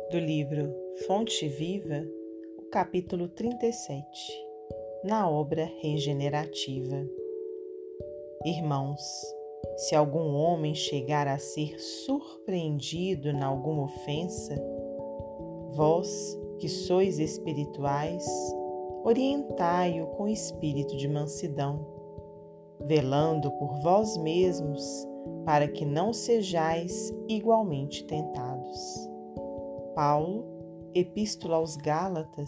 Do livro Fonte Viva, o capítulo 37, na obra regenerativa. Irmãos, se algum homem chegar a ser surpreendido em alguma ofensa, vós, que sois espirituais, orientai-o com espírito de mansidão, velando por vós mesmos, para que não sejais igualmente tentados. Paulo, Epístola aos Gálatas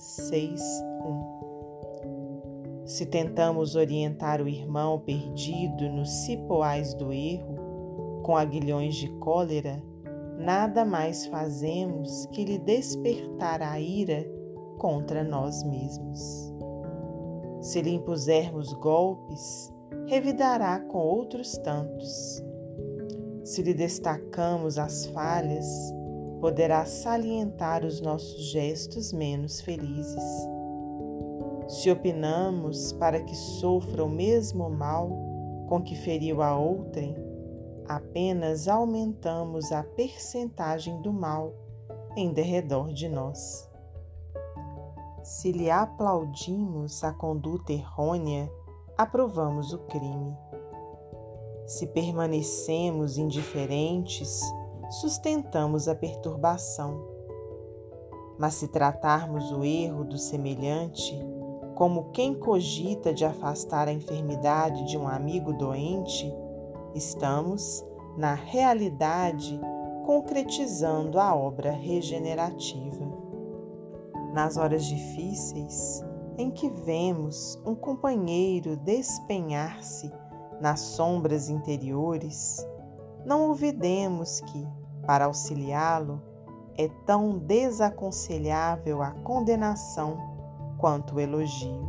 6:1. Se tentamos orientar o irmão perdido nos cipoais do erro, com aguilhões de cólera, nada mais fazemos que lhe despertar a ira contra nós mesmos. Se lhe impusermos golpes, revidará com outros tantos. Se lhe destacamos as falhas, poderá salientar os nossos gestos menos felizes. Se opinamos para que sofra o mesmo mal com que feriu a outrem, apenas aumentamos a percentagem do mal em derredor de nós. Se lhe aplaudimos a conduta errônea, aprovamos o crime. Se permanecemos indiferentes, sustentamos a perturbação. Mas se tratarmos o erro do semelhante como quem cogita de afastar a enfermidade de um amigo doente, estamos, na realidade, concretizando a obra regenerativa. Nas horas difíceis, em que vemos um companheiro despenhar-se nas sombras interiores, não olvidemos que, para auxiliá-lo, é tão desaconselhável a condenação quanto o elogio.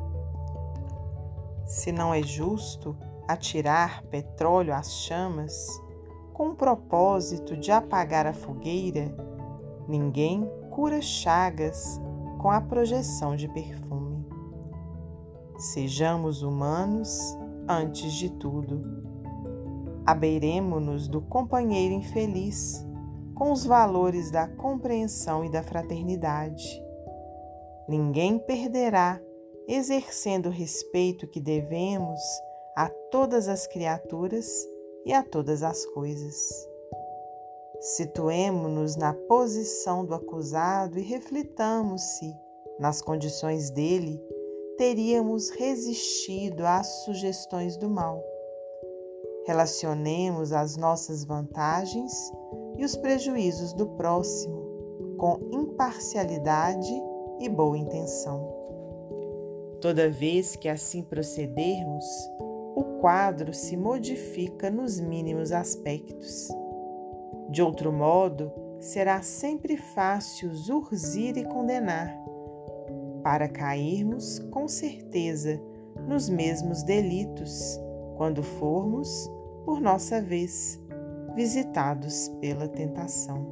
Se não é justo atirar petróleo às chamas, com o propósito de apagar a fogueira, ninguém cura chagas com a projeção de perfume. Sejamos humanos antes de tudo. Abeiremo-nos do companheiro infeliz com os valores da compreensão e da fraternidade. Ninguém perderá exercendo o respeito que devemos a todas as criaturas e a todas as coisas. Situemo-nos na posição do acusado e reflitamos se, nas condições dele, teríamos resistido às sugestões do mal. Relacionemos as nossas vantagens e os prejuízos do próximo com imparcialidade e boa intenção. Toda vez que assim procedermos, o quadro se modifica nos mínimos aspectos. De outro modo, será sempre fácil zurzir e condenar, para cairmos, com certeza, nos mesmos delitos, quando formos, por nossa vez, visitados pela tentação.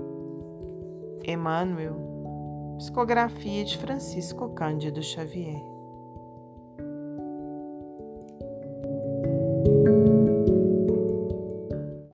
Emmanuel, psicografia de Francisco Cândido Xavier.